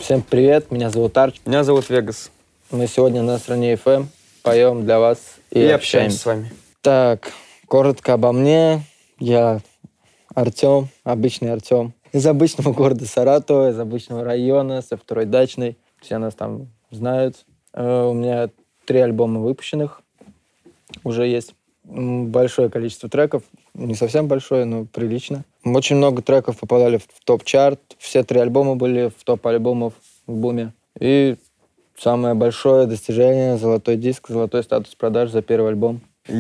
Всем привет, меня зовут Арч. Меня зовут Вегас. Мы сегодня на стране FM поем для вас и общаемся с вами. Так, коротко обо мне. Я Артем, обычный Артем. Из обычного города Саратова, из обычного района, со второй дачной. Все нас там знают. У меня 3 альбома выпущенных уже есть. Большое количество треков. Не совсем большое, но прилично. Очень много треков попадали в топ-чарт. Все 3 альбома были в топ-альбомов в буме. И самое большое достижение — золотой диск, золотой статус продаж за первый альбом.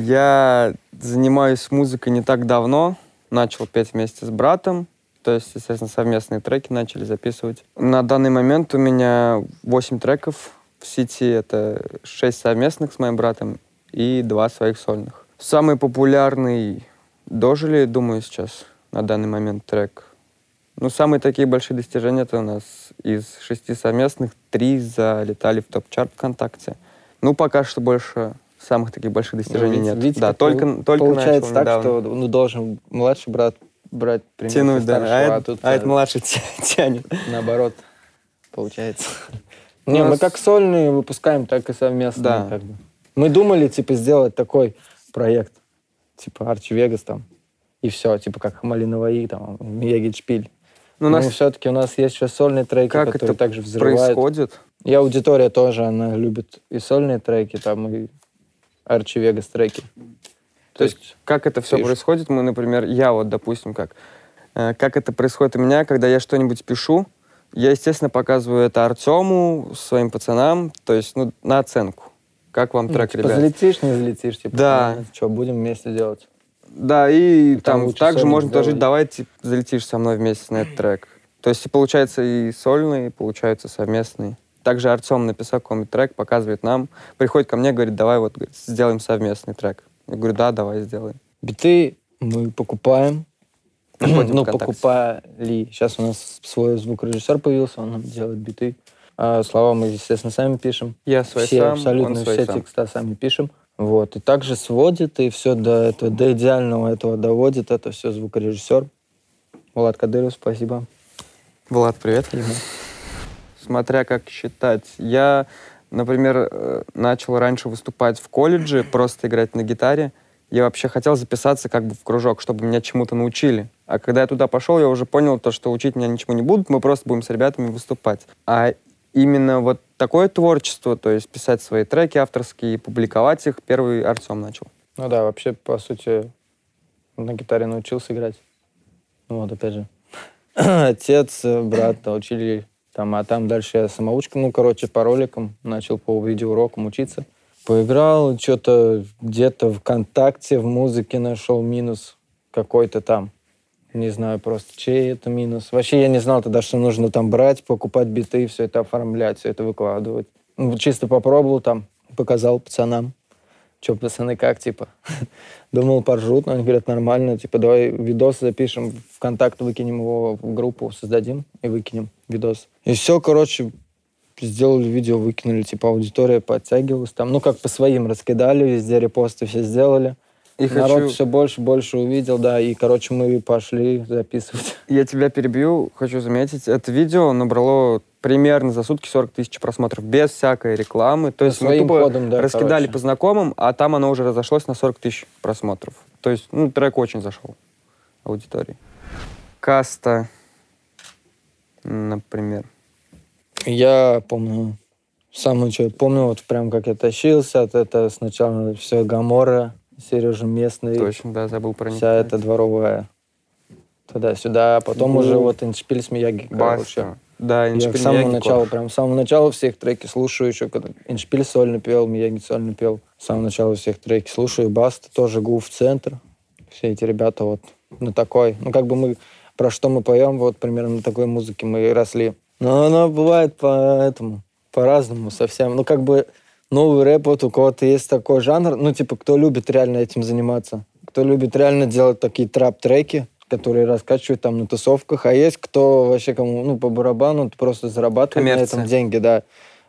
Я занимаюсь музыкой не так давно. Начал петь вместе с братом. То есть, естественно, совместные треки начали записывать. На данный момент у меня 8 треков в сети. Это 6 совместных с моим братом и 2 своих сольных. Самый популярный «Дожили», думаю, сейчас на данный момент трек. Самые такие большие достижения — это у нас из 6 совместных 3 залетали в топ-чарт ВКонтакте. Пока что больше самых таких больших достижений нет. Видите, да, только получается начал так, недавно. что должен младший брат брать пример Тянуть, со да. старшего, Это младший тянет. Наоборот получается. Мы как сольные выпускаем, так и совместные. Да. Как бы. Мы думали, сделать такой проект, Арчи Вегас там, и все, как Малиноваи, там, Мияги Шпиль. Но все-таки у нас есть еще сольные треки, как которые это также взрывают. Происходит? И аудитория тоже, она любит и сольные треки, там, и Арчи Вегас треки. То есть как это все происходит? Мы, например, допустим, как это происходит у меня, когда я что-нибудь пишу, я, естественно, показываю это Артему, своим пацанам, то есть, на оценку. Как вам трек, ребят? Взлетишь, не взлетишь, да. Что, будем вместе делать? Да, и там также можно сделать. тоже давай залетишь со мной вместе на этот трек. То есть, получается, и сольный, и получается совместный. Также Артем написал какой-нибудь трек, показывает нам, приходит ко мне, говорит, давай сделаем совместный трек. Я говорю, да, давай сделаем. Биты мы покупаем. Покупали. Сейчас у нас свой звукорежиссер появился, он нам делает биты. А слова мы, естественно, сами пишем. Я свой все, сам, абсолютно он свой все сам. текста сами пишем. И также сводит, и все до идеального этого доводит. Это все звукорежиссер. Влад Кадыров, спасибо. Влад, привет. Смотря как считать. Я, например, начал раньше выступать в колледже, просто играть на гитаре. Я вообще хотел записаться в кружок, чтобы меня чему-то научили. А когда я туда пошел, я уже понял, что учить меня ничему не будут, мы просто будем с ребятами выступать. А именно такое творчество, то есть писать свои треки авторские и публиковать их, первый Артем начал. Вообще, по сути, на гитаре научился играть. Опять же. Отец, брат научили, а там дальше я самоучка, по роликам начал по видеоурокам учиться. Поиграл, что-то где-то ВКонтакте, в музыке нашел минус какой-то там. Не знаю просто, чей это минус. Вообще я не знал тогда, что нужно там брать, покупать биты, все это оформлять, все это выкладывать. Чисто попробовал там, показал пацанам. Че, пацаны, как, Думал, поржут, но они говорят, нормально, давай видос запишем, ВКонтакт выкинем его в группу, создадим и выкинем видос. И все, сделали видео, выкинули, аудитория подтягивалась там. По своим раскидали, везде репосты все сделали. И народ все больше и больше увидел, да, и, мы пошли записывать. Я тебя перебью, хочу заметить, это видео набрало примерно за сутки 40 тысяч просмотров, без всякой рекламы. То есть мы тупо раскидали по знакомым, а там оно уже разошлось на 40 тысяч просмотров. То есть, трек очень зашел аудитории. Каста, например. Я помню, помню, прям как я тащился, это сначала все Гамора, Сережа Местный. Точно, да, забыл про них. Вся эта дворовая туда-сюда, потом уже Эндшпиль с Мияги. Да, Эндшпиль, с самого начала всех треки слушаю еще, когда Эндшпиль сольно пел, Мияги сольно пел. С самого начала всех треки слушаю, Баста тоже, Гуф Центр. Все эти ребята на такой. мы, про что мы поем, примерно на такой музыке мы и росли. Но оно бывает по-разному совсем. Новый рэп, у кого-то есть такой жанр, кто любит реально этим заниматься, кто любит реально делать такие трап-треки, которые раскачивают на тусовках, а есть кто вообще, кому, по барабану, просто зарабатывает на этом деньги, да.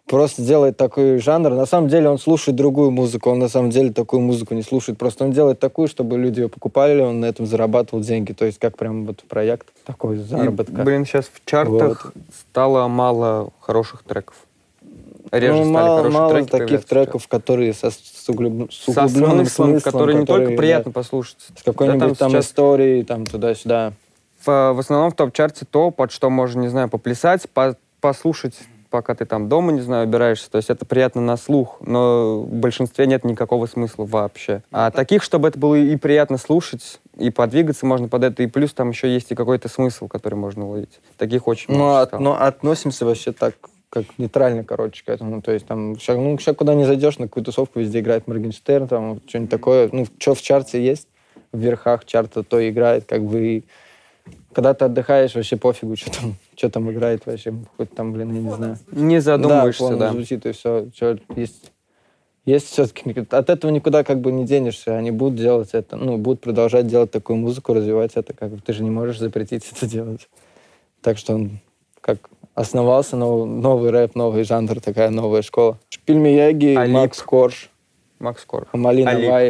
просто делает такой жанр. На самом деле он слушает другую музыку, он на самом деле такую музыку не слушает. Просто он делает такую, чтобы люди ее покупали, он на этом зарабатывал деньги. То есть как прям вот проект такой заработка. И, сейчас в чартах Вот. стало мало хороших треков. Реже Ну, стали хорошие мало треки таких появляться треков, которые с со углубленным смыслом, смыслом, который не только которые, приятно послушать. с какой-нибудь там сейчас историей, там туда-сюда. в основном в топ-чарте то, под что можно, не знаю, поплясать, послушать, пока ты там дома, не знаю, убираешься. То есть это приятно на слух, но в большинстве нет никакого смысла вообще. А таких, чтобы это было и приятно слушать, и подвигаться можно под это, и плюс там еще есть и какой-то смысл, который можно уловить. Таких очень много стало. Но относимся вообще так, как нейтрально, короче, к этому. То есть там, сейчас куда не зайдешь, на какую тусовку везде играет Моргенштерн, там что-нибудь такое. Ну, что в чарте есть, в верхах чарта то играет, как бы. И когда ты отдыхаешь, вообще пофигу, что там играет вообще. Хоть там, блин, я не знаю. Не задумываешься, да. Звучит, и все. Есть все-таки... От этого никуда как бы не денешься. Они будут делать это, ну, будут продолжать делать такую музыку, развивать это. Как бы ты же не можешь запретить это делать. Так что он как основался новый рэп, новый жанр, такая новая школа. Шпильмияги, Макс Корж, Макс Корж. Амалина Вай.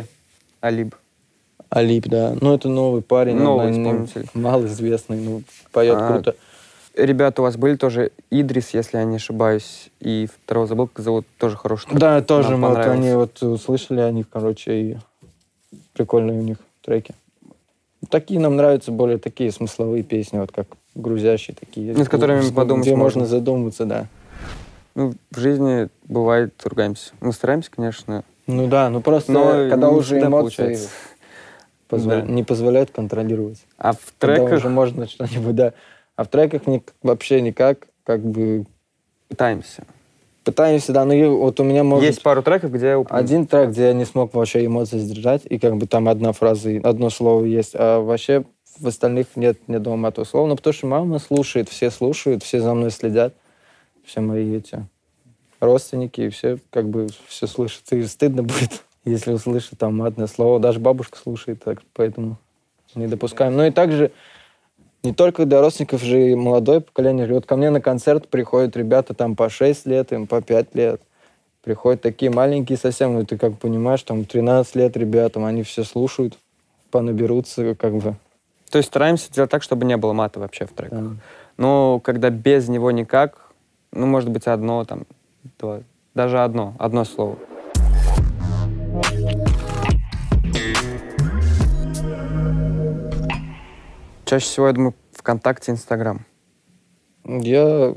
Алиб, да. Ну, это новый парень. Новый исполнитель. Малоизвестный, ну, поет круто. Ребята, у вас были тоже Идрис, если я не ошибаюсь, и второго забыл, как зовут, тоже хороший трек. Да, тоже они услышали о них, короче, и прикольные у них треки. Такие нам нравятся, более такие смысловые песни, вот как грузящие такие. С которыми подумать где можно задуматься, да. Ну, в жизни бывает, ругаемся. Мы стараемся, конечно. Ну да, просто когда уже эмоции Да. не позволяют контролировать. А в треках... Когда уже можно что-нибудь, да. А в треках вообще никак, как бы... Пытаемся, да. Но вот у меня Есть пару треков, где я один трек, где я не смог вообще эмоции сдержать, и как бы там одна фраза, одно слово есть, а вообще в остальных нет ни одного матового слова. Ну, потому что мама слушает, все за мной следят. Все мои эти родственники, и все как бы все слышат. И стыдно будет, если услышат там матное слово. Даже бабушка слушает, так, поэтому не допускаем. Ну и также не только для родственников же и молодое поколение. Вот ко мне на концерт приходят ребята там по 6 лет, им по 5 лет. Приходят такие маленькие совсем, ну ты как понимаешь, там 13 лет ребятам, они все слушают, понаберутся как бы. То есть стараемся делать так, чтобы не было мата вообще в треках. Да. Но когда без него никак, ну, может быть, одно, там, два, даже одно слово. Чаще всего, я думаю, ВКонтакте, Инстаграм. Я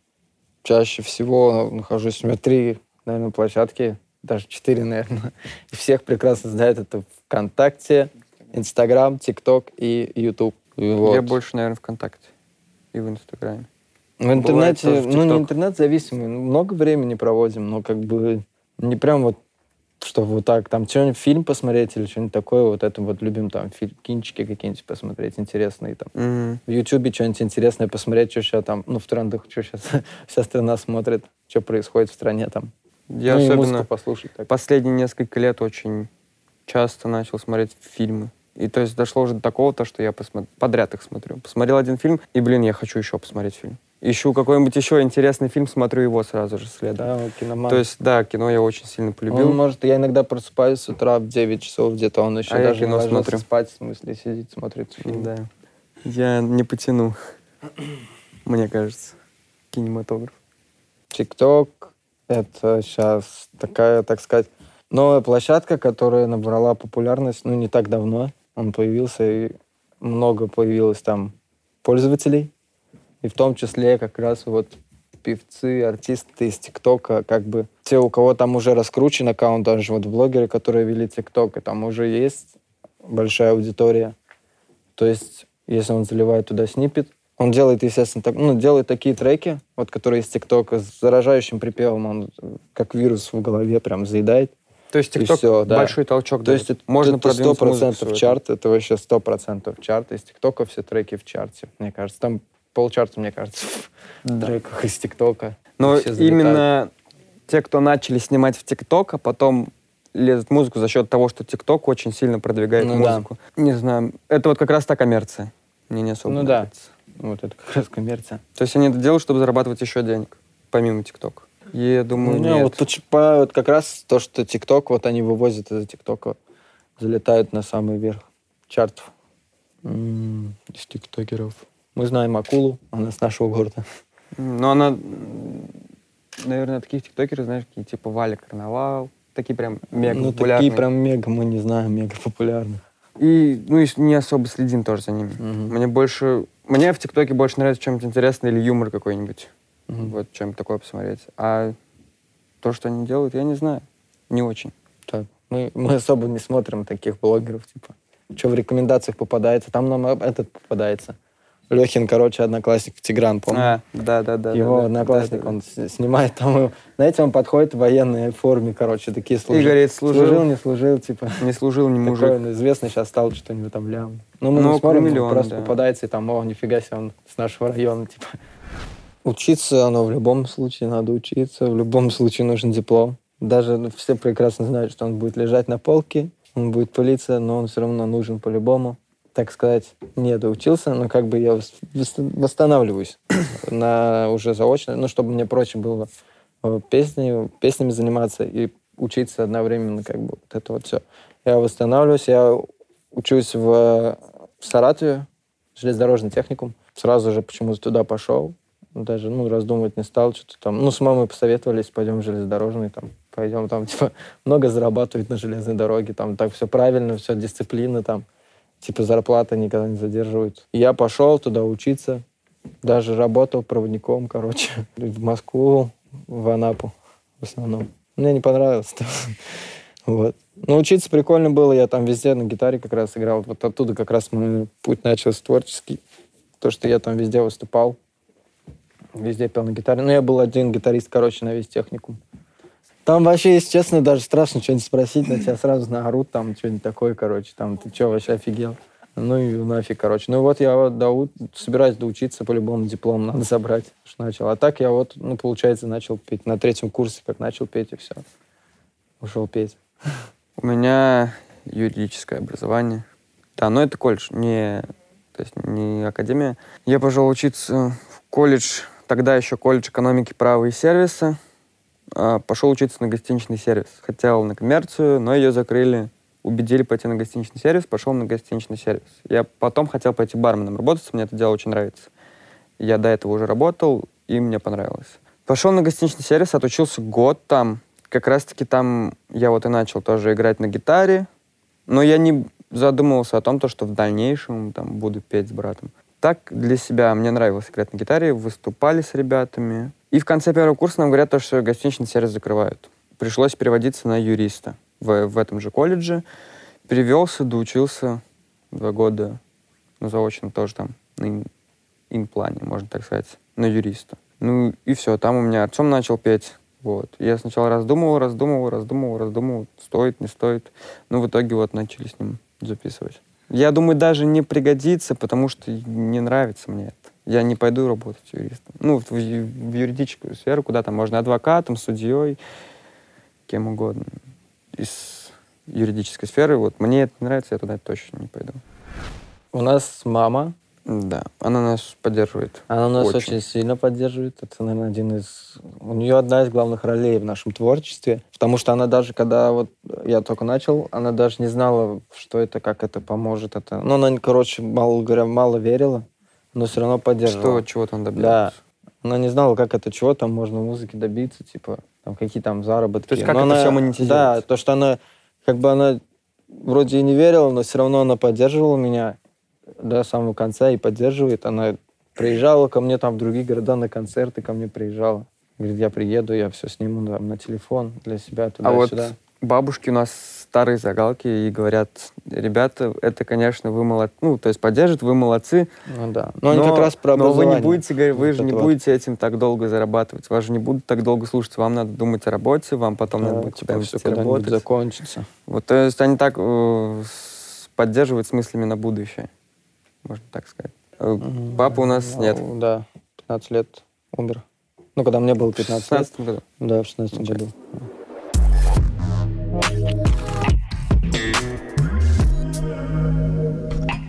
чаще всего нахожусь, у меня 3, наверное, площадки, даже 4, наверное. И всех прекрасно знают. Это ВКонтакте, Инстаграм, ТикТок и Ютуб. Вот. Я больше, наверное, ВКонтакте и в Инстаграме. В интернете, не интернет-зависимый, много времени проводим, но как бы не прям вот, чтобы вот так, там, что-нибудь фильм посмотреть или что-нибудь такое, вот это вот любим, там, кинчики какие-нибудь посмотреть интересные, там. В Ютубе что-нибудь интересное посмотреть, что сейчас там, ну, в трендах, что сейчас вся страна смотрит, что происходит в стране, там. Я ну, особенно и музыку послушать. Так. Последние несколько лет очень часто начал смотреть фильмы. И то есть дошло уже до такого, то, что я подряд их смотрю. Посмотрел один фильм, и, я хочу еще посмотреть фильм. Ищу какой-нибудь еще интересный фильм, смотрю его сразу же следом. Да, киноман. То есть, да, кино я очень сильно полюбил. Я иногда просыпаюсь с утра в 9 часов где-то, он еще даже кино не смотрю. Спать, в смысле, сидит, смотрит фильм. Да. Я не потяну, мне кажется, кинематограф. ТикТок — это сейчас такая, так сказать, новая площадка, которая набрала популярность, не так давно. Он появился, и много появилось там пользователей. И в том числе как раз вот певцы, артисты из ТикТока, как бы те, у кого там уже раскручен аккаунт, даже вот блогеры, которые вели ТикТок, и там уже есть большая аудитория. То есть, если он заливает туда сниппет, он делает, естественно, делает такие треки, вот, которые из ТикТока, с заражающим припевом, он как вирус в голове прям заедает. То есть ТикТок большой толчок дает. То есть можно продвинуть 100% чарт, это вообще 100% чарт. Из ТикТока все треки в чарте, мне кажется. Там полчарта, мне кажется, в треках из ТикТока. Но именно те, кто начали снимать в ТикТок, а потом лезут в музыку за счет того, что ТикТок очень сильно продвигает музыку. Да. Не знаю, это вот как раз та коммерция. Мне не особо нравится. Вот это как раз коммерция. То есть они это делают, чтобы зарабатывать еще денег, помимо ТикТока. Я думаю, Не, нет. вот, вот как раз то, что ТикТок, вот они вывозят из-за ТикТока, залетают на самый верх чартов. Из тиктокеров. Мы знаем Акулу, она с нашего города. Но она, наверное, таких тиктокеров, знаешь, какие типа Валя Карнавал, такие прям мега Ну, популярные. такие прям мега, мы не знаем, мега популярных. И, ну, и не особо следим тоже за ними. Мне в ТикТоке больше нравится чем-то интересное или юмор какой-нибудь. Вот, чем-то такое посмотреть. А то, что они делают, я не знаю. Не очень. Так, мы особо не смотрим таких блогеров, типа. Что в рекомендациях попадается, там нам этот попадается. Лехин, короче, одноклассник Тигран, помню? Да. Его одноклассник, он снимает там, знаете, он подходит в военной форме, короче, такие служил. И говорит, служил, не служил, типа. Не служил, не мужик. Такой он известный сейчас стал, что у него там лям. Ну, мы не смотрим, миллион, просто попадается, и там, нифига себе, он с нашего района, типа. Учиться, оно в любом случае надо учиться, в любом случае нужен диплом. Даже все прекрасно знают, что он будет лежать на полке, он будет пылиться, но он все равно нужен по-любому. Так сказать, не доучился, но как бы я восстанавливаюсь на уже заочно, ну, чтобы мне проще было песнями заниматься и учиться одновременно, как бы, вот это вот все. Я восстанавливаюсь, я учусь в Саратове, железнодорожный техникум. Сразу же почему-то туда пошел, даже, раздумывать не стал, что-то там, с мамой посоветовались, пойдем в железнодорожный, там, пойдем, там, типа, много зарабатывать на железной дороге, там, так все правильно, все дисциплина, там, типа, зарплата никогда не задерживают. Я пошел туда учиться, даже работал проводником, короче, в Москву, в Анапу в основном. Мне не понравилось. Вот. Но учиться прикольно было, я там везде на гитаре как раз играл. Вот оттуда как раз мой путь начался творческий. То, что я там везде выступал, везде пел на гитаре. Ну, я был один гитарист, короче, на весь техникум. Там вообще, если честно, даже страшно что-нибудь спросить, на тебя сразу наорут, там, что-нибудь такое, короче, там, ты что, вообще офигел? Ну и нафиг, короче. Ну вот я собираюсь доучиться, по-любому диплом надо забрать, что начал. А так я получается, начал петь. На 3-м курсе как начал петь, и все. Ушел петь. У меня юридическое образование. Да, но это колледж, то есть не академия. Я пошел учиться в колледж, тогда еще колледж экономики, права и сервиса. Пошел учиться на гостиничный сервис. Хотел на коммерцию, но ее закрыли. Убедили пойти на гостиничный сервис, пошел на гостиничный сервис. Я потом хотел пойти барменом работать, мне это дело очень нравится. Я до этого уже работал, и мне понравилось. Пошел на гостиничный сервис, отучился год там. Как раз-таки там я вот и начал тоже играть на гитаре, но я не задумывался о том, что в дальнейшем там буду петь с братом. Так для себя мне нравилось играть на гитаре, выступали с ребятами. И в конце первого курса нам говорят, что гостиничный сервис закрывают. Пришлось переводиться на юриста в этом же колледже. Перевелся, доучился 2 года, заочно тоже там, на инплане, можно так сказать, на юриста. Ну и все, там у меня Артем начал петь. Вот. Я сначала раздумывал, стоит, не стоит. Но в итоге вот начали с ним записывать. Я думаю, даже не пригодится, потому что не нравится мне это. Я не пойду работать юристом. В юридическую сферу, куда там можно адвокатом, судьей, кем угодно. Из юридической сферы. Вот мне это не нравится, я туда точно не пойду. У нас мама. Да, она нас поддерживает. Она нас очень сильно поддерживает. Это, наверное, у нее одна из главных ролей в нашем творчестве. Потому что она даже, когда я только начал, она даже не знала, что это, как это поможет. Она, короче, мало верила, но все равно поддерживала. Что чего-то он добился. Да. Она не знала, как это, чего там можно в музыке добиться, типа, там, какие там заработки. То есть как это все монетизировать. Да, то, что она вроде и не верила, но все равно она поддерживала меня до самого конца и поддерживает. Она приезжала ко мне там в другие города на концерты, ко мне приезжала. Говорит, я приеду, я все сниму там, на телефон для себя туда-сюда. Бабушки у нас старые загалки и говорят, ребята, это, конечно, вы молодцы, то есть поддержат, вы молодцы. Ну да. Но они как раз про образование. Но вы же не будете этим так долго зарабатывать, вас же не будут так долго слушать, вам надо думать о работе, вам потом надо будет все когда-нибудь закончится. Вот, то есть они так поддерживают с мыслями на будущее, можно так сказать. Папа у нас нет. Да, 15 лет умер. Когда мне было 15 лет. В 16 году? Да, в 16 году.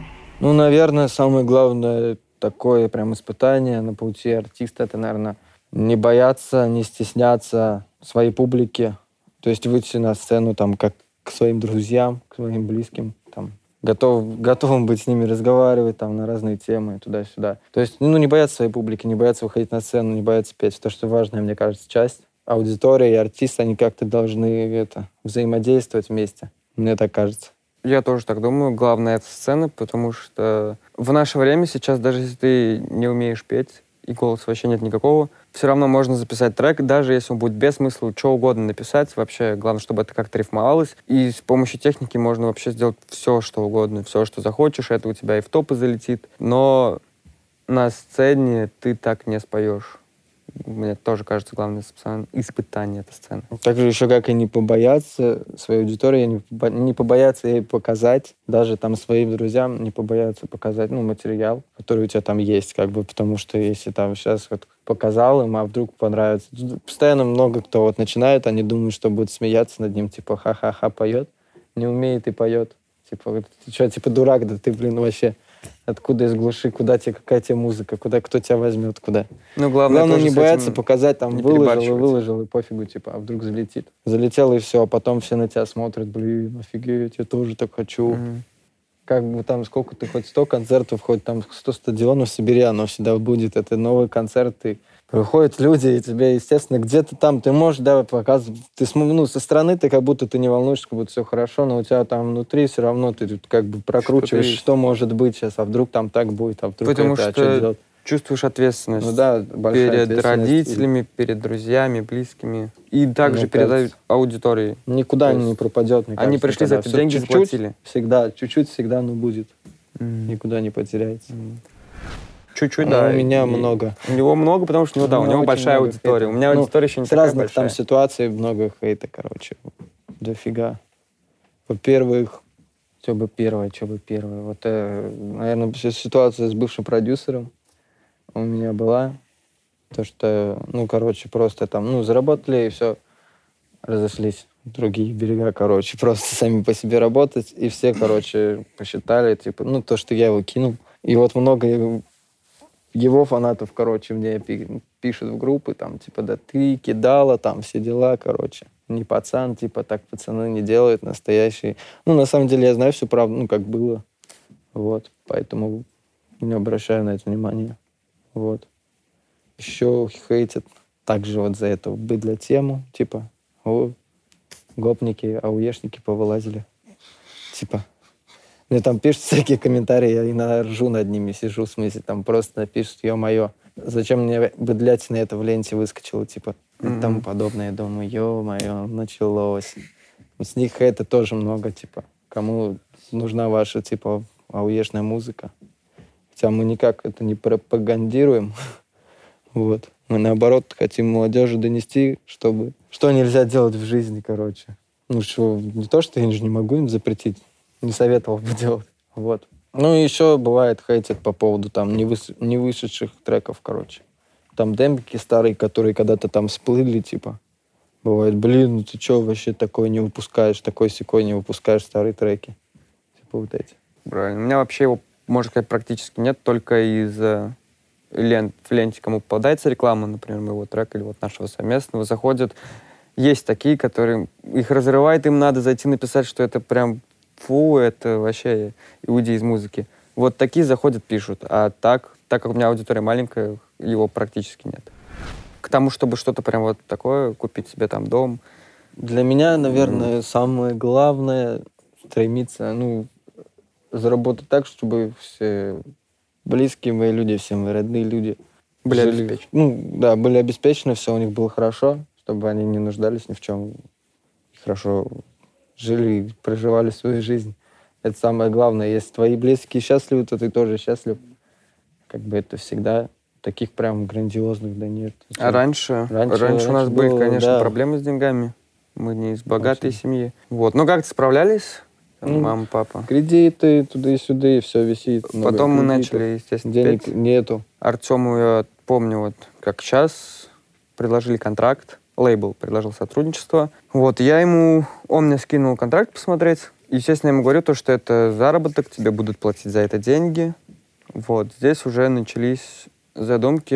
Наверное, самое главное такое прям испытание на пути артиста, это, наверное, не бояться, не стесняться своей публики. То есть выйти на сцену там как к своим друзьям, к своим близким, там, готовым быть с ними разговаривать там на разные темы, туда-сюда. То есть, не бояться своей публики, не бояться выходить на сцену, не бояться петь. То, что важная, мне кажется, часть. Аудитория и артист, они как-то должны взаимодействовать вместе. Мне так кажется. Я тоже так думаю. Главное — это сцена, потому что в наше время сейчас, даже если ты не умеешь петь, и голоса вообще нет никакого, все равно можно записать трек, даже если он будет без смысла, что угодно написать. Вообще, главное, чтобы это как-то рифмовалось. И с помощью техники можно вообще сделать все, что угодно, все, что захочешь. Это у тебя и в топы залетит. Но на сцене ты так не споешь. Мне тоже кажется, главное испытание — это сцена. Также еще как и не побояться своей аудитории, не побояться ей показать, даже там своим друзьям не побояться показать, материал, который у тебя там есть, потому что если там сейчас показал им, а вдруг понравится. Постоянно много кто начинает, они думают, что будут смеяться над ним, типа ха-ха-ха, поет, не умеет и поет. Типа, ты что, дурак, да ты, вообще... Откуда из глуши, какая тебе музыка, кто тебя возьмет, куда. Главное не бояться показать, там, выложил, и пофигу, а вдруг залетит. Залетел, и все, а потом все на тебя смотрят, блин, офигеть, я тоже так хочу. Там, сколько ты, хоть 100 концертов, хоть там 100 стадионов собери, оно всегда будет, это новый концерт, приходят люди, и тебе, естественно, где-то там ты можешь, показывать. Ты, со стороны ты как будто ты не волнуешься, как будто все хорошо, но у тебя там внутри все равно ты тут прокручиваешь, что может быть сейчас, а вдруг там так будет, а вдруг потому это, что делать? Чувствуешь ответственность большая перед ответственность. Родителями, перед друзьями, близкими. И также перед аудиторией. Никуда не пропадет, мне кажется. Они пришли за это, деньги заплатили. Чуть-чуть всегда, будет. Никуда не потеряется. Чуть-чуть, да. У меня много. У него много, потому что у него большая аудитория. Хейта. У меня аудитория еще не такая большая. С разных там ситуаций много хейта, дофига. Во-первых, что бы первое. Наверное, ситуация с бывшим продюсером у меня была. То, что, просто там, заработали и все, разошлись в другие берега, просто сами по себе работать. И все, посчитали, то, что я его кинул. И много его фанатов, мне пишут в группы, там, да ты кидала, там, все дела, не пацан, так пацаны не делают, настоящие. На самом деле, я знаю всю правду, как было. Поэтому не обращаю на это внимания. Еще хейтят также за эту быдло-тему, гопники, ауешники повылазили. Мне там пишут всякие комментарии, я иногда ржу над ними, сижу, в смысле, там просто напишут, ё-моё, зачем мне быдлятина это в ленте выскочила, и тому подобное. Я думаю, ё-моё, началось. С них это тоже много, кому нужна ваша, ауешная музыка. Хотя мы никак это не пропагандируем. Мы, наоборот, хотим молодежи донести, что нельзя делать в жизни, не то, что я же не могу им запретить, не советовал бы делать. И еще бывает хейтят по поводу там не вышедших треков, Там дембики старые, которые когда-то там всплыли, бывает, блин, ты что вообще такое не выпускаешь, такой-сякой не выпускаешь старые треки. Эти. Правильно. У меня вообще его, можно сказать, практически нет, только из в ленте кому попадается реклама, например, моего трека или нашего совместного, заходят. Есть такие, которые их разрывает, им надо зайти написать, что это прям фу, это вообще уйди из музыки. Такие заходят, пишут. А так как у меня аудитория маленькая, его практически нет. К тому, чтобы что-то прям такое, купить себе там дом. Для меня, наверное, самое главное стремиться, заработать так, чтобы все близкие мои люди, все мои родные люди были обеспечены. Были обеспечены, все у них было хорошо, чтобы они не нуждались ни в чем. Хорошо жили, проживали свою жизнь. Это самое главное. Если твои близкие счастливы, то ты тоже счастлив. Это всегда таких прям грандиозных, нет. А раньше у нас были, конечно, проблемы с деньгами. Мы не из богатой семьи. Но как-то справлялись, мама, папа. Кредиты, туда и сюда, и все висит. Потом мы начали, естественно, денег петь. Нету. Артему, я помню, как сейчас предложили контракт. Лейбл предложил сотрудничество. Он мне скинул контракт посмотреть. Естественно, я ему говорю, что это заработок, тебе будут платить за это деньги. Здесь уже начались задумки,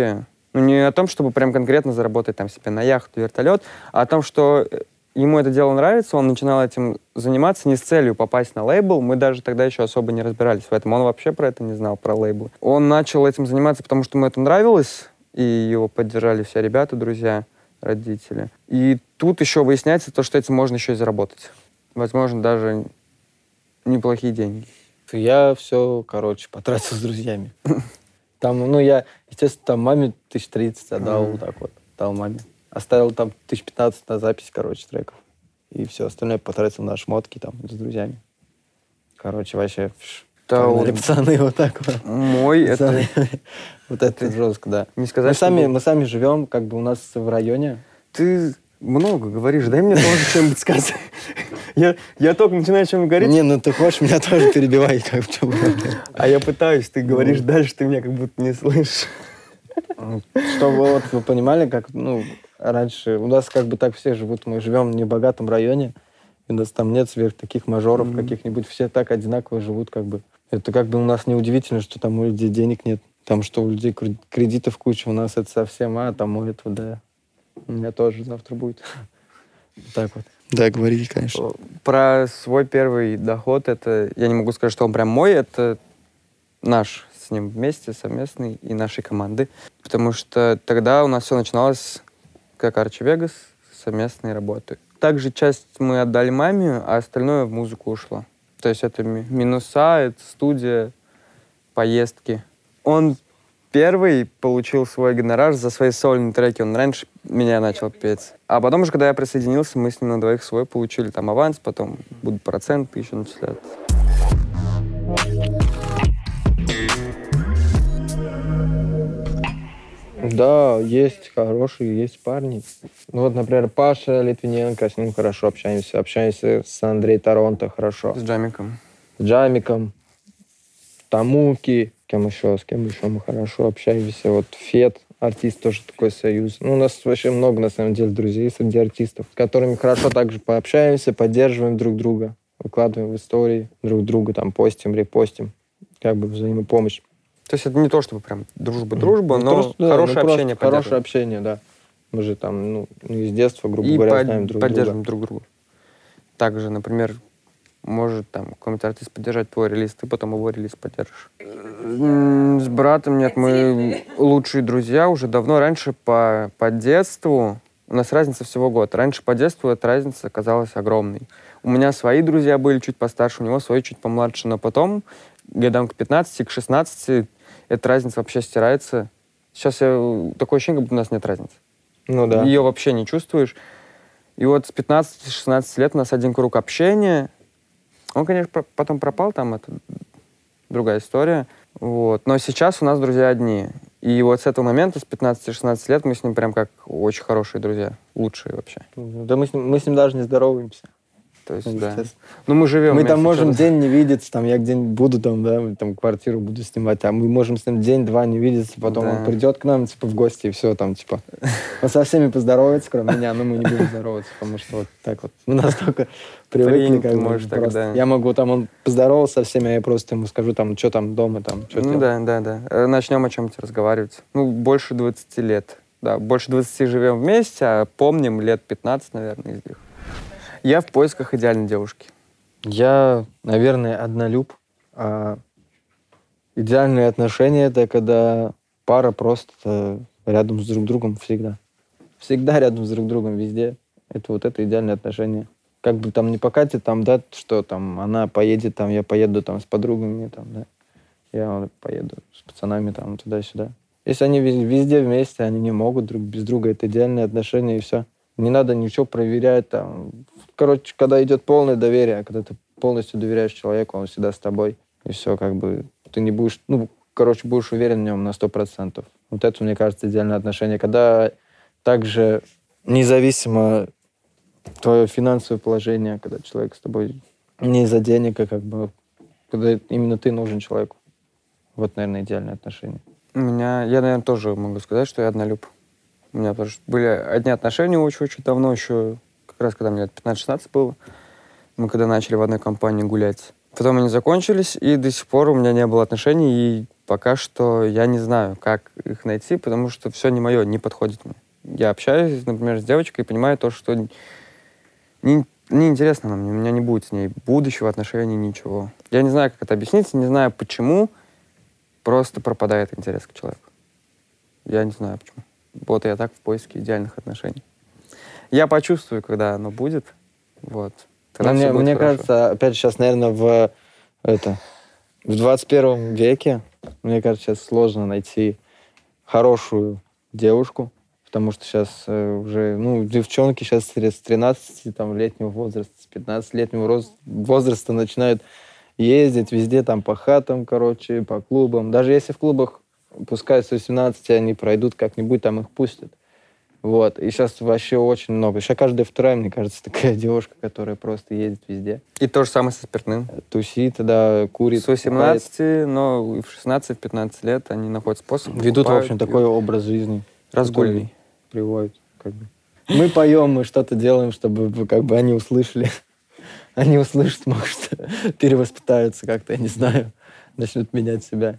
Ну, не о том, чтобы прям конкретно заработать там себе на яхту, вертолет, а о том, что ему это дело нравится, он начинал этим заниматься не с целью попасть на лейбл. Мы даже тогда еще особо не разбирались в этом. Он вообще про это не знал, про лейбл. Он начал этим заниматься, потому что ему это нравилось, и его поддержали все ребята, друзья, родители. И тут еще выясняется то, что этим можно еще и заработать. Возможно, даже неплохие деньги. Я все, потратил с друзьями. Там, ну, я, естественно, там маме 1030 отдал, вот так вот, дал маме. Оставил там 1015 на запись, треков. И все остальное потратил на шмотки там с друзьями. Вообще, погнали, пацаны, вот так вот. Мой это... Вот это жестко, да. Не сказать, мы сами живем, у нас в районе. Ты много говоришь, дай мне тоже что-нибудь сказать. Я только начинаю чем-нибудь говорить. Не, ну ты хочешь меня тоже перебивай, А я пытаюсь, ты говоришь дальше, ты меня как будто не слышишь. Чтобы вот вы понимали, раньше у нас так все живут, мы живем в небогатом районе, и у нас там нет сверх таких мажоров каких-нибудь, все так одинаково живут, Это у нас неудивительно, что там у людей денег нет, там что у людей кредитов куча, у нас это совсем, там у этого, да, у меня тоже завтра будет. Так вот. Да, говорите, конечно. Про свой первый доход, это, я не могу сказать, что он прям мой, это наш с ним вместе, совместный, и нашей команды. Потому что тогда у нас все начиналось как Арчи Вегас, совместные работы. Также часть мы отдали маме, а остальное в музыку ушло. То есть это минуса, это студия, поездки. Он первый получил свой гонорар за свои сольные треки. Он раньше меня начал петь. А потом уже, когда я присоединился, мы с ним на двоих свой получили. Там аванс, потом будут проценты еще начисляться. Да, есть хорошие, есть парни. Ну вот, например, Паша Литвиненко, с ним хорошо общаемся. Общаемся с Андреем Торонто хорошо. С Джамиком. С Джамиком. Тамуки. С кем еще мы хорошо общаемся. Вот Фет, артист, тоже такой союз. Ну, у нас вообще много, на самом деле, друзей среди артистов, с которыми хорошо также пообщаемся, поддерживаем друг друга, выкладываем в истории друг друга, там, постим, репостим. Взаимопомощь. То есть это не то, чтобы прям дружба, но просто, хорошее общение. Хорошее общение, да. Мы же там, из детства, грубо говоря, знаем друг друга. И поддерживаем друг друга. Также, например, может там какой-нибудь артист поддержать твой релиз, ты потом его релиз поддержишь. С братом нет, мы лучшие друзья уже давно. Раньше по детству, у нас разница всего год. Раньше по детству эта разница казалась огромной. У меня свои друзья были чуть постарше, у него свои чуть помладше, но потом, годам к 15, к 16, эта разница вообще стирается. Сейчас такое ощущение, как будто у нас нет разницы. Ну да. Ее вообще не чувствуешь. И вот с 15-16 лет у нас один круг общения. Он, конечно, потом пропал, там это другая история. Вот. Но сейчас у нас друзья одни. И вот с этого момента, с 15-16 лет, мы с ним прям как очень хорошие друзья. Лучшие вообще. Да мы с ним даже не здороваемся. То есть, да. Ну, мы живем мы там можем сейчас. День не видеться, там, я где-нибудь буду, там, да, там, квартиру буду снимать, а мы можем с ним день-два не видеться, потом он придет к нам, в гости, и все, там, он со всеми поздоровается, кроме меня, но мы не будем здороваться, потому что вот так вот, мы настолько привыкли, может, просто. Я могу, там, он поздоровался со всеми, а я просто ему скажу, там, что там дома, там, что Ну, да. Начнем о чем-то разговаривать. Ну, больше 20 лет. Да, больше 20 живем вместе, а помним лет 15, наверное, из них. Я в поисках идеальной девушки. Я, наверное, однолюб. Идеальные отношения — это когда пара просто рядом с друг другом всегда. Всегда рядом с друг другом, везде. Это идеальные отношения. Как бы там не покатит, там, да, что там она поедет, там, я поеду там с подругами, там, да. Я поеду с пацанами там туда-сюда. Если они везде вместе, они не могут друг без друга. Это идеальные отношения, и все. Не надо ничего проверять. Там. Короче, когда идет полное доверие, когда ты полностью доверяешь человеку, он всегда с тобой. И все, ты не будешь... будешь уверен в нем на 100%. Вот это, мне кажется, идеальное отношение. Когда также независимо твое финансовое положение, когда человек с тобой не из-за денег, а когда именно ты нужен человеку. Вот, наверное, идеальные отношения. Я, наверное, тоже могу сказать, что я однолюб. У меня тоже были одни отношения очень-очень давно, еще как раз когда мне лет 15-16 было. Мы когда начали в одной компании гулять. Потом они закончились, и до сих пор у меня не было отношений. И пока что я не знаю, как их найти, потому что все не мое, не подходит мне. Я общаюсь, например, с девочкой и понимаю то, что неинтересно нам, у меня не будет с ней будущего отношений, ничего. Я не знаю, как это объяснить, не знаю, почему, просто пропадает интерес к человеку. Я не знаю, почему. Вот я так в поиске идеальных отношений. Я почувствую, когда оно будет, вот. Тогда всё будет Мне хорошо. кажется, опять же, сейчас, наверное, в 21 веке, мне кажется, сейчас сложно найти хорошую девушку, потому что сейчас уже, девчонки сейчас с 13-летнего возраста, с 15-летнего возраста начинают ездить везде, там, по хатам, короче, по клубам. Даже если в клубах, пускай с 18 они пройдут как-нибудь, там их пустят. Вот. И сейчас вообще очень много. Сейчас каждая вторая, мне кажется, такая девушка, которая просто ездит везде. И то же самое со спиртным. Тусит, да, курит. С 18, но и в 16-15 лет они находят способ. Ведут, в общем, покупают, такой образ жизни. разгульный. который Приводит, как бы. Мы поем, мы что-то делаем, чтобы как бы они услышали. Они услышат, может, перевоспитаются как-то, я не знаю, начнут менять себя.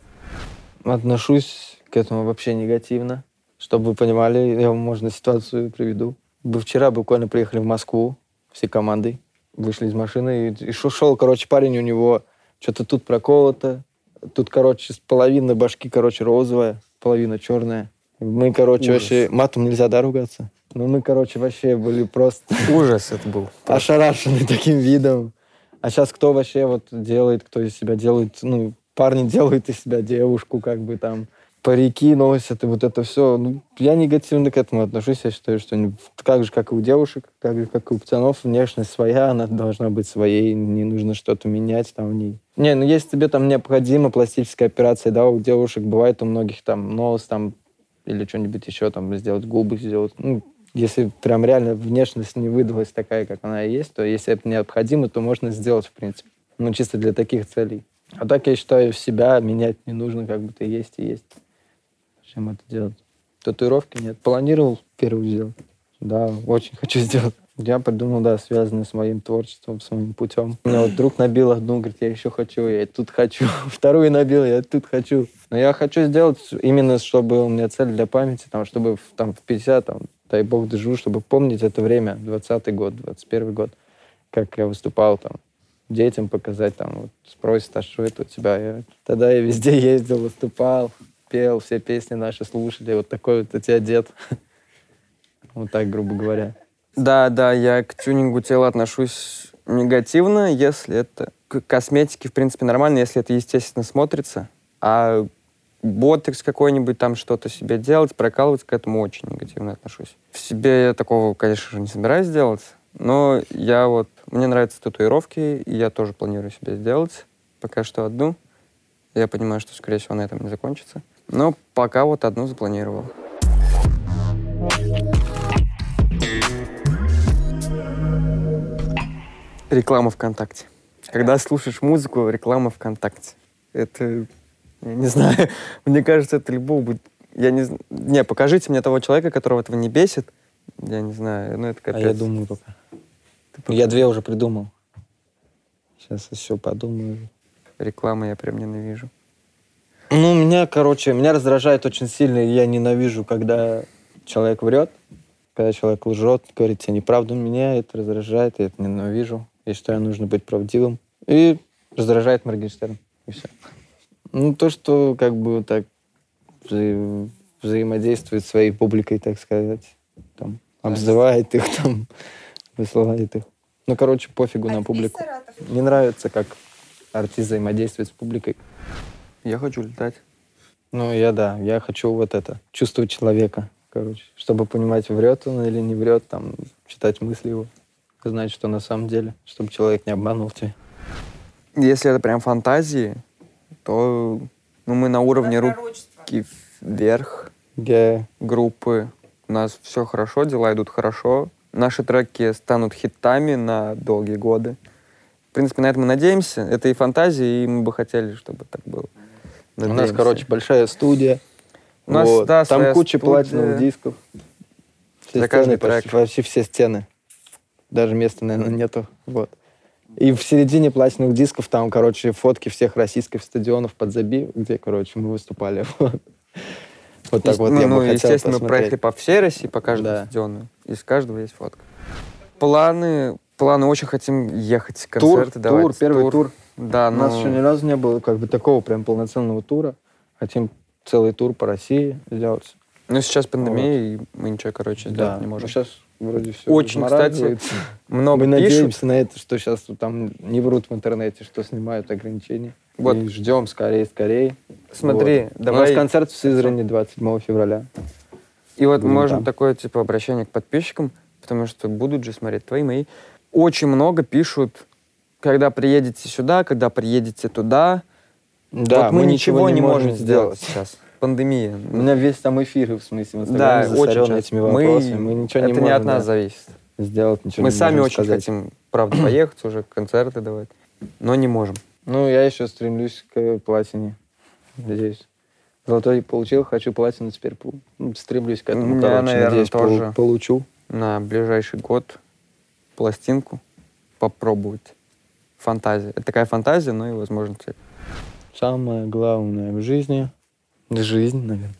Отношусь к этому вообще негативно. Чтобы вы понимали, я вам, можно, ситуацию приведу. Мы вчера буквально приехали в Москву всей командой, вышли из машины, и шел, короче, парень, у него что-то тут проколото, тут, короче, половина башки, короче, розовая, половина черная. Мы, короче, Ужас. вообще... Матом нельзя, да, ругаться? Но мы, короче, вообще были просто Ужас это был. ошарашены таким видом. А сейчас кто вообще вот делает, кто из себя делает, парни делают из себя девушку, как бы там, парики носят, и вот это все. Я негативно к этому отношусь. Я считаю, что так же, как и у девушек, так же, как и у пацанов, внешность своя, она должна быть своей, не нужно что-то менять там в ней. Если тебе там необходима пластическая операция, да, у девушек бывает у многих там нос там или что-нибудь еще там сделать, губы сделать. Если прям реально внешность не выдалась такая, как она и есть, то если это необходимо, то можно сделать, в принципе. Чисто для таких целей. А так, я считаю, себя менять не нужно, как бы ты есть и есть. Зачем это делать? Татуировки нет. Планировал первую сделать. Да, очень хочу сделать. Я придумал, да, связанное с моим творчеством, с моим путем. У меня вот друг набил одну, говорит, я еще хочу, я тут хочу. Вторую набил, я тут хочу. Но я хочу сделать именно, чтобы у меня цель для памяти, чтобы в 50, дай бог доживу, чтобы помнить это время, 20-й год, 21-й год, как я выступал там, детям показать, спросят, а что это у тебя? Тогда я везде ездил, выступал, пел, все песни наши слушали, вот такой вот у тебя дед. Вот так, грубо говоря. Да, я к тюнингу тела отношусь негативно, если это... К косметике, в принципе, нормально, если это естественно смотрится. А ботокс какой-нибудь, там что-то себе делать, прокалывать, к этому очень негативно отношусь. В себе я такого, конечно же, не собираюсь делать, но мне нравятся татуировки, и я тоже планирую себе сделать. Пока что одну. Я понимаю, что, скорее всего, на этом не закончится. Но пока одну запланировал. Реклама ВКонтакте. Когда слушаешь музыку, реклама ВКонтакте. Это, я не знаю, мне кажется, это любого будет... Не, покажите мне того человека, которого этого не бесит. Я не знаю, это капец. А я думаю пока. Я 2 уже придумал. Сейчас еще подумаю. Рекламу я прям ненавижу. Меня раздражает очень сильно, и я ненавижу, когда человек врет, когда человек лжет, говорит тебе неправду. Меня это раздражает, я это ненавижу. Я считаю, нужно быть правдивым. И раздражает Моргенштерн. И все. То, что как бы так взаимодействует с своей публикой, так сказать. Обзывает их, высылает их. Пофигу на публику. Не нравится, как артист взаимодействует с публикой. Я хочу летать. Я хочу чувствовать человека, чтобы понимать, врет он или не врет, читать мысли его, знать, что на самом деле, чтобы человек не обманул тебя. Если это прям фантазии, то мы на уровне руки вверх группы. У нас все хорошо, дела идут хорошо. Наши треки станут хитами на долгие годы. В принципе, на это мы надеемся. Это и фантазии, и мы бы хотели, чтобы так было. Надеемся. У нас, большая студия. У нас, да, там куча студия. платиновых дисков. За каждый трек. Почти все стены. Даже места, наверное, нету. И в середине платиновых дисков там, короче, фотки всех российских стадионов подзаби, где, короче, мы выступали. Вот так вот я бы хотел естественно, мы посмотреть. проехали по всей России, по каждому Да. стадиону. Из каждого есть фотка. Планы очень хотим ехать, концерты давать. Первый тур. Да, У нас еще ни разу не было как бы такого прям полноценного тура. Хотим целый тур по России сделать. Ну, сейчас пандемия, и мы ничего, короче, сделать не можем. Сейчас вроде все Очень, кстати, много Мы пишут. надеемся на это, что сейчас там не врут в интернете, что снимают ограничения. Вот. И ждем скорее. Смотри, Вот. давай... У нас концерт в Сызрани 27 февраля. И вот Будем можно там. такое, типа, обращение к подписчикам, потому что будут же смотреть твои, мои. Очень много пишут, когда приедете сюда, когда приедете туда. Да, вот мы ничего не можем сделать сейчас. Пандемия. У меня весь там эфир, в смысле, в Да, Инстаграме очень засорен часто. этими вопросами. Мы ничего не Это можем не от нас зависит. сделать, ничего Мы не сами можем очень сказать. хотим, правда, поехать уже, концерты давать, но не можем. Ну, я еще стремлюсь к платине. Надеюсь. Золотой получил, хочу платину теперь. Стремлюсь к этому, Я, короче. наверное, Надеюсь, тоже. получу. На ближайший год пластинку попробовать. Фантазия. Это такая фантазия, но и, возможно, цель. Самое главное в жизни — жизнь, наверное.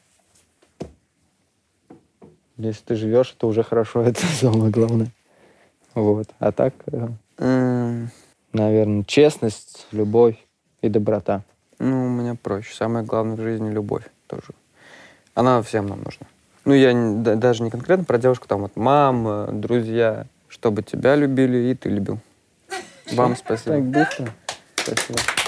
Если ты живешь, это уже хорошо, это самое главное. Вот. А так, наверное, честность, любовь и доброта. Ну, у меня проще. Самое главное в жизни — любовь тоже. Она всем нам нужна. Ну, я даже не конкретно про девушку, там вот мама, друзья, чтобы тебя любили и ты любил. Вам спасибо. Так быстро. Спасибо.